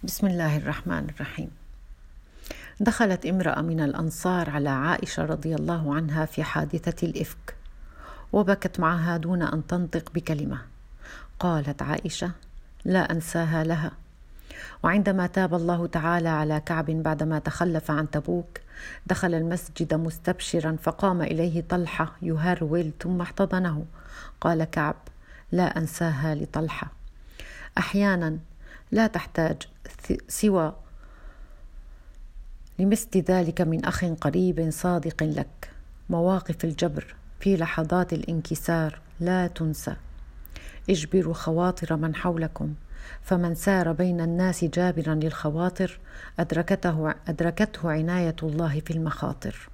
بسم الله الرحمن الرحيم. دخلت امرأة من الأنصار على عائشة رضي الله عنها في حادثة الإفك، وبكت معها دون أن تنطق بكلمة. قالت عائشة: لا أنساها لها. وعندما تاب الله تعالى على كعب بعدما تخلف عن تبوك، دخل المسجد مستبشرا، فقام إليه طلحة يهرول ثم احتضنه. قال كعب: لا أنساها لطلحة. أحيانا لا تحتاج سوى لمثل ذلك من أخ قريب صادق لك. مواقف الجبر في لحظات الانكسار لا تنسى. اجبروا خواطر من حولكم، فمن سار بين الناس جابرا للخواطر أدركته عناية الله في المخاطر.